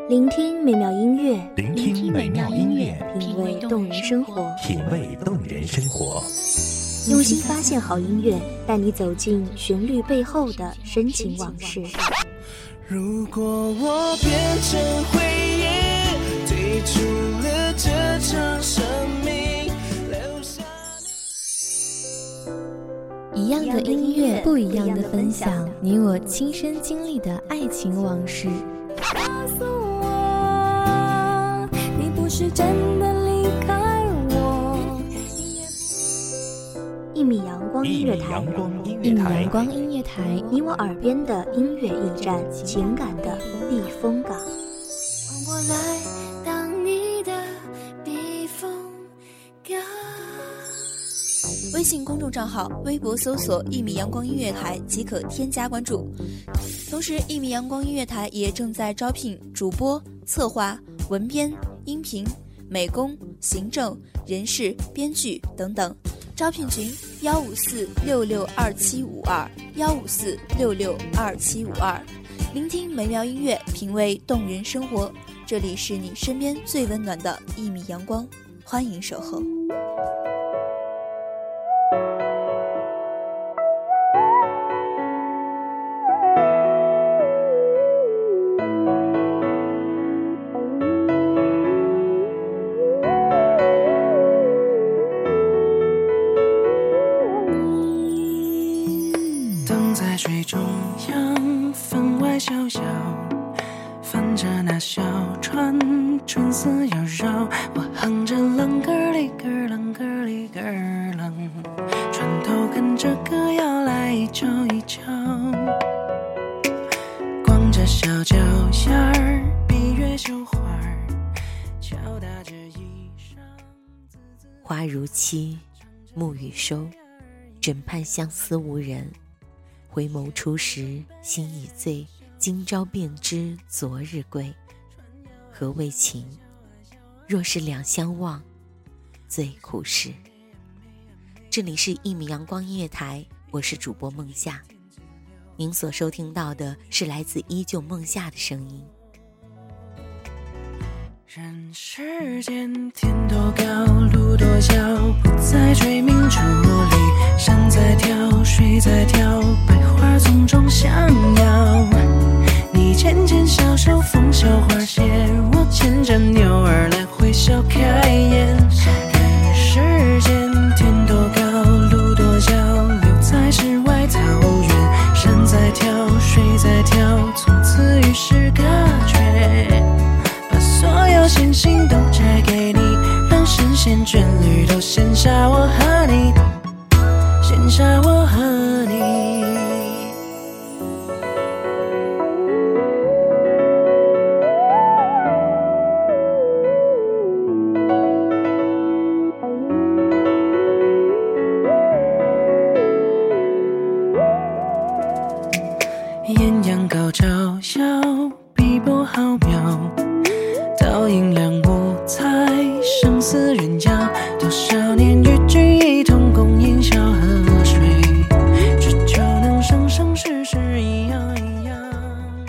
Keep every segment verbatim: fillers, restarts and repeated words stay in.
聆听美妙音乐， 聆听美妙音乐， 品味动人生活， 品味动人生活。 用心发现好音乐，带你走进旋律背后的深情往事。 如果我变成回忆，退出了这场生命，留下一样的音乐，不一样的分享，你我亲身经历的爱情往事。 告诉我，你不是真的离开我。 一米阳光音乐台， 一米阳光音乐台， 你我耳边的音乐驿站，情感的避风港。 让我来当你的避风港。 微信公众账号、微博搜索“一米阳光音乐台”即可添加关注。同时，一米阳光音乐台也正在招聘主播、策划、文编、音频、美工、行政、人事、编剧等等。招聘群：幺五四六六二七五二幺五四六六二七五二。聆听美妙音乐，品味动人生活。这里是你身边最温暖的一米阳光，欢迎守候。 在水中央，分外小小，翻着那小船，春色妖娆。我哼着啷个里个啷个里个啷，船头跟着歌谣来一瞧一瞧。光着小脚线儿，闭月绣花儿，敲打着衣裳。 花如期，暮雨收，枕畔相思无人。回眸初时心已醉，今朝便知昨日归。何谓情？若是两相忘，最苦时。这里是一米阳光音乐台，我是主播梦夏。您所收听到的是来自依旧梦夏的声音。 人世间天多高，路多小，不再追名逐利，山在跳，水在跳，百花丛中相邀。你牵牵小手，风小花谢，我牵着牛儿来回笑开颜。人世间天多高，路多小，留在世外桃源，山在跳，水在跳，从此与世隔绝。所有星星都摘给你，让神仙眷侣都羡煞我和你，羡煞我和你。艳阳高照笑，碧波浩渺，倒影亮五彩，生死人交。多少年与君一同共饮小河水，只求能生生世世一样一样。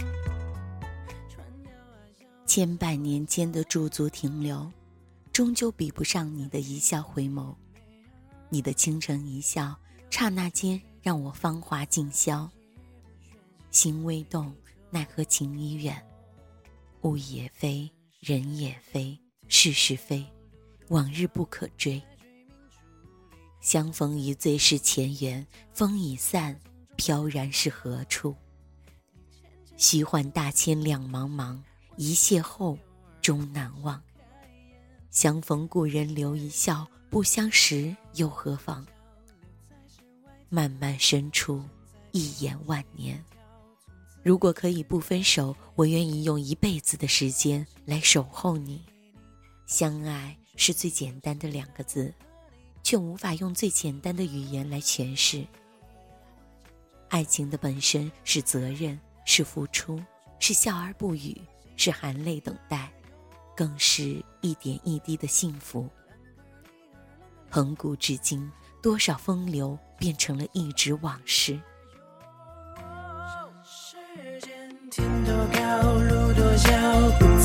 千百年间的驻足停留，终究比不上你的一笑回眸。你的倾城一笑，刹那间让我芳华尽消。心未动，奈何情已远。物也非，人也非，事是非，往日不可追。相逢一醉是前缘，风已散，飘然是何处？虚幻大千两茫茫，一邂逅终难忘。相逢故人留一笑，不相识又何妨？漫漫深处，一眼万年。如果可以不分手，我愿意用一辈子的时间来守候你。相爱是最简单的两个字，却无法用最简单的语言来诠释。爱情的本身是责任，是付出，是笑而不语，是含泪等待，更是一点一滴的幸福。恒古至今，多少风流变成了一纸往事。 天多高，路多小，不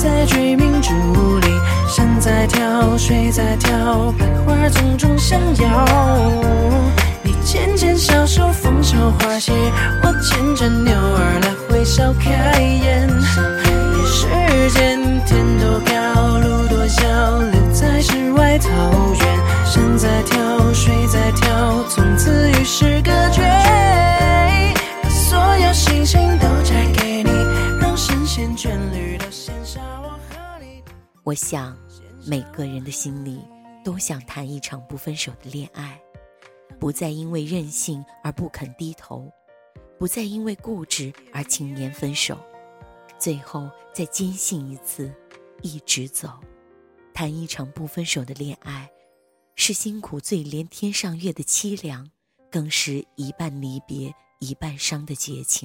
在追名逐利，山在跳，水在跳，百花种种相邀。你牵牵小手，风潮花谢，我牵着牛儿来回笑开颜。一时间天多高，路多小，留在世外桃源。山在跳，水在跳，从此与世隔绝。把所有星星都摘给你，让神仙眷侣都羡煞我和你。 我想每个人的心里都想谈一场不分手的恋爱，不再因为任性而不肯低头，不再因为固执而轻言分手，最后再坚信一次，一直走。谈一场不分手的恋爱，是辛苦最连天上月的凄凉，更是一半离别一半伤的绝情。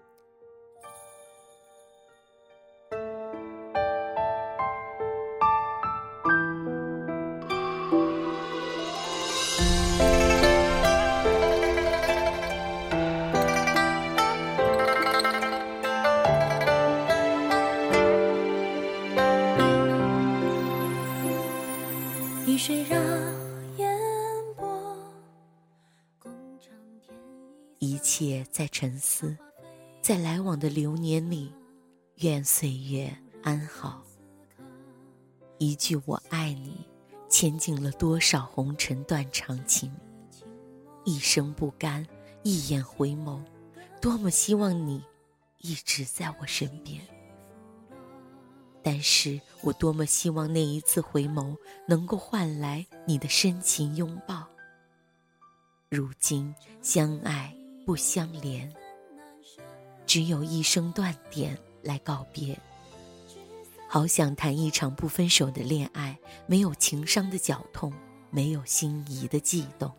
雨水绕烟波， 一切在沉思，在来往的流年里，愿岁月安好。一句我爱你，牵尽了多少红尘断肠情。一生不甘，一眼回眸，多么希望你一直在我身边。但是我多么希望那一次回眸能够换来你的深情拥抱。如今相爱不相连，只有一声断点来告别。好想谈一场不分手的恋爱，没有情伤的绞痛，没有心仪的悸动。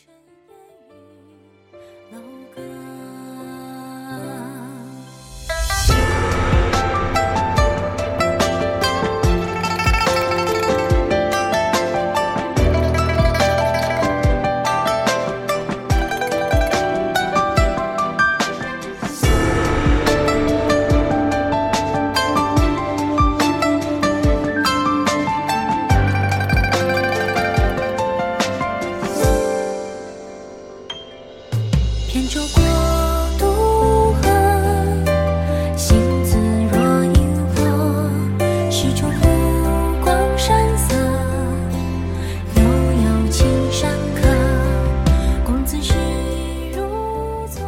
扁舟过渡河，星子若萤火，始终湖光山色，悠悠青山客，公子时如昨。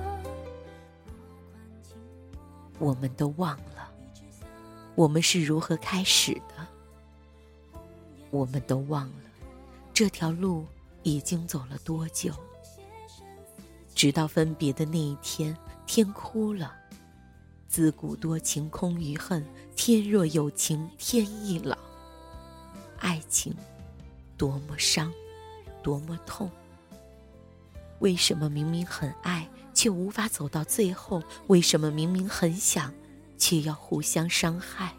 我们都忘了，我们是如何开始的。我们都忘了，这条路已经走了多久。直到分别的那一天，天哭了。自古多情空余恨，天若有情天亦老。爱情多么伤，多么痛。为什么明明很爱，却无法走到最后？为什么明明很想，却要互相伤害？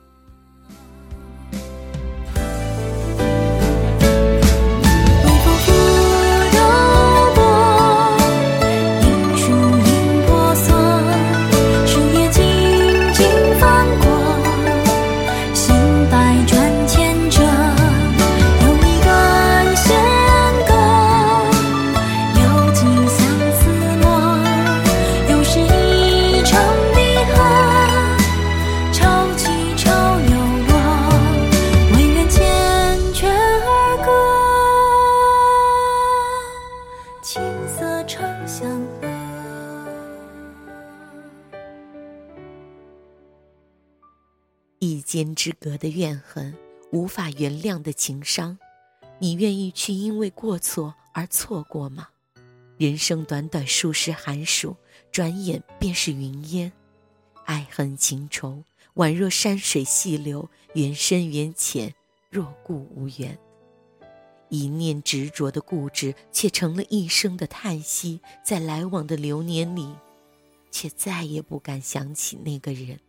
一间之隔的怨恨，无法原谅的情伤，你愿意去因为过错而错过吗？人生短短数十寒暑，转眼便是云烟。爱恨情仇，宛若山水细流，缘深缘浅，若故无缘。一念执着的固执，却成了一生的叹息，在来往的流年里，却再也不敢想起那个人。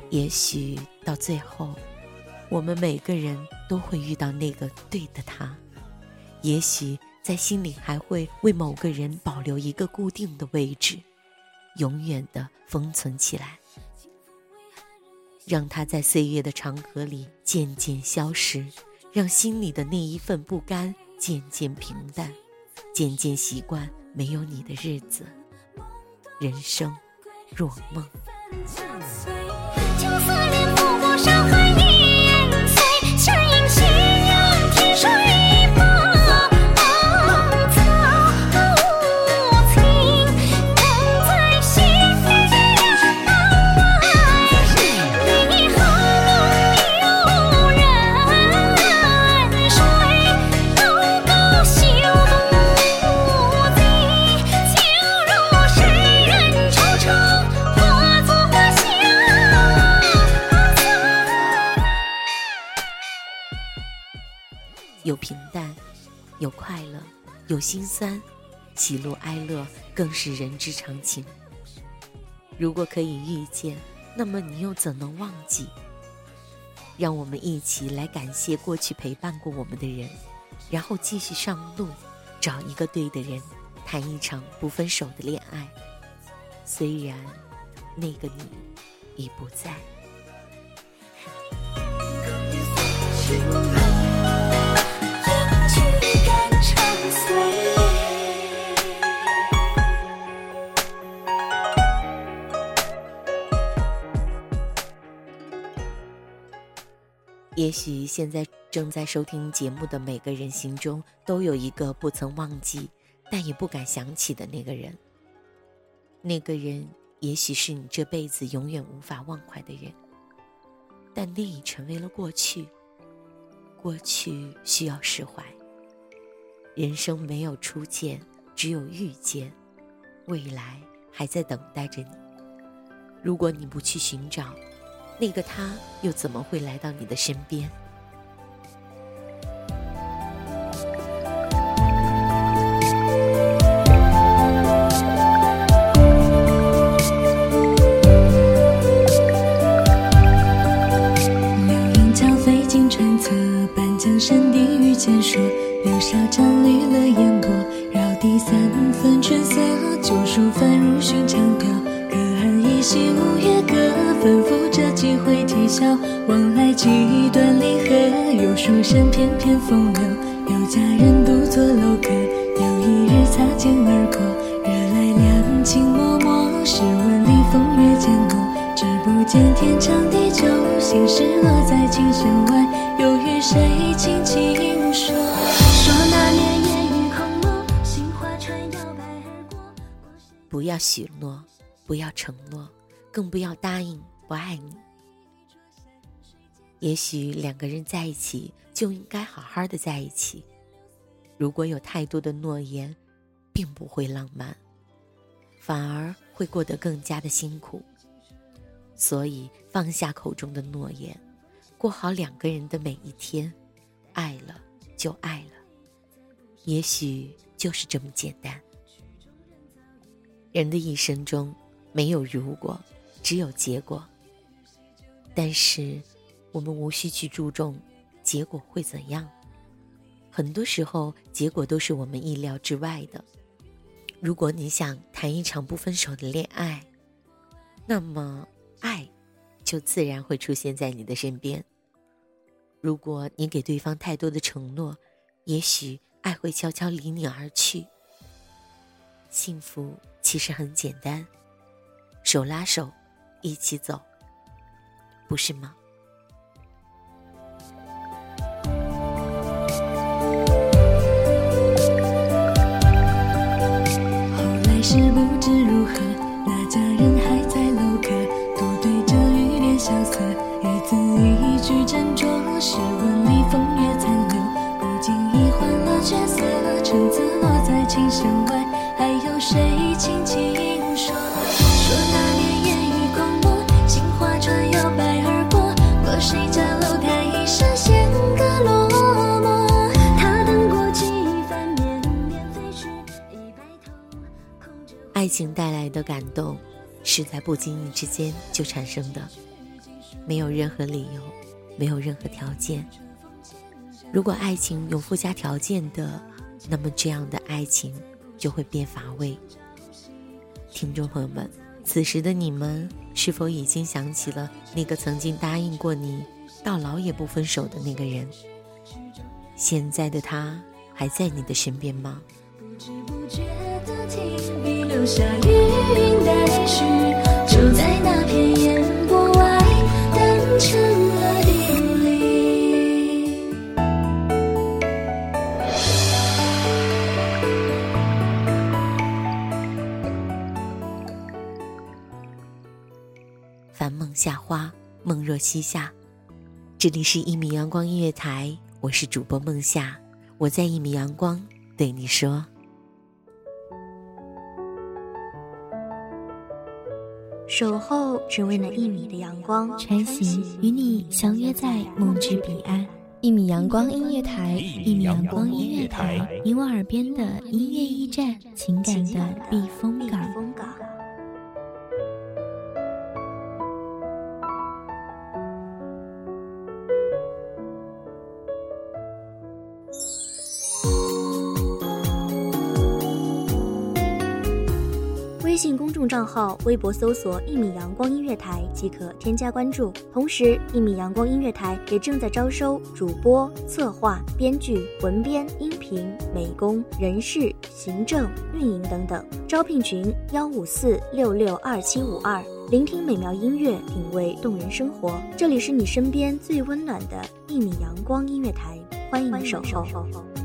也许到最后，我们每个人都会遇到那个对的他，也许在心里还会为某个人保留一个固定的位置，永远地封存起来，让他在岁月的长河里渐渐消失，让心里的那一份不甘渐渐平淡，渐渐习惯没有你的日子。人生若梦， 青丝连拂过山海烟碎，山影夕阳天水波，草无情，等在心里两难为，你何梦悠然水，高高修独醉，就如谁人惆怅化作花香。 有平淡，有快乐，有心酸，喜怒哀乐更是人之常情。如果可以遇见，那么你又怎能忘记？让我们一起来感谢过去陪伴过我们的人，然后继续上路，找一个对的人，谈一场不分手的恋爱。虽然那个你已不在。也许现在正在收听节目的每个人心中都有一个不曾忘记但也不敢想起的那个人，那个人也许是你这辈子永远无法忘怀的人，但那已成为了过去，过去需要释怀。人生没有初见，只有遇见，未来还在等待着你。如果你不去寻找，那个他又怎么会来到你的身边？ 流云将飞尽川侧，半江山地遇见说，流沙沾绿了烟波，绕地三分春色，旧书翻入寻常调，隔岸依稀五月歌，反复着几回啼笑，往来几段离合，有书生翩翩风流，有佳人独坐楼阁，有一日擦肩而过，惹来两情脉脉，试问里风月渐浓，只不见天长地久，心事落在琴弦外，又与谁轻轻说，说那年烟雨空蒙，杏花船摇摆而过。 不要许诺，不要承诺，更不要答应不爱你。也许两个人在一起就应该好好的在一起，如果有太多的诺言，并不会浪漫，反而会过得更加的辛苦。所以放下口中的诺言，过好两个人的每一天，爱了就爱了，也许就是这么简单。人的一生中没有如果，只有结果，但是我们无需去注重结果会怎样，很多时候结果都是我们意料之外的。如果你想谈一场不分手的恋爱，那么爱就自然会出现在你的身边。如果你给对方太多的承诺，也许爱会悄悄离你而去。幸福其实很简单，手拉手一起走，不是吗？ 后来是不知如何，那家人还在楼阁，独对着雨帘萧瑟，一字一句斟酌，试问里风月残留，不经意换了角色，橙子落在琴弦外，还有谁轻轻说，说那年烟雨空蒙，杏花船摇摆而过，过谁家楼台一声弦歌落寞，他等过几番绵绵飞去，一白头空着。 爱情带来的感动是在不经意之间就产生的， 没有任何理由，没有任何条件。如果爱情有附加条件的，那么这样的爱情就会变乏味。听众朋友们，此时的你们是否已经想起了那个曾经答应过你到老也不分手的那个人？现在的他还在你的身边吗？ 不知不觉的停笔，留下余韵待续，就在那片烟波外，淡成了定理。 凡梦夏花，梦若西夏。这里是一米阳光音乐台，我是主播梦夏，我在一米阳光对你说。 守候只为那一米的阳光， 穿行与你相约在梦之彼岸。一米阳光音乐台，一米阳光音乐台，你我耳边的音乐驿站，情感的避风港。 微信公众账号、微博搜索一米阳光音乐台即可添加关注。同时，一米阳光音乐台也正在招收主播、策划、编剧、文编、音频、美工、人事、行政、运营等等。招聘群：幺五四六六二七五二。聆听美妙音乐，品味动人生活。这里是你身边最温暖的一米阳光音乐台，欢迎你守候。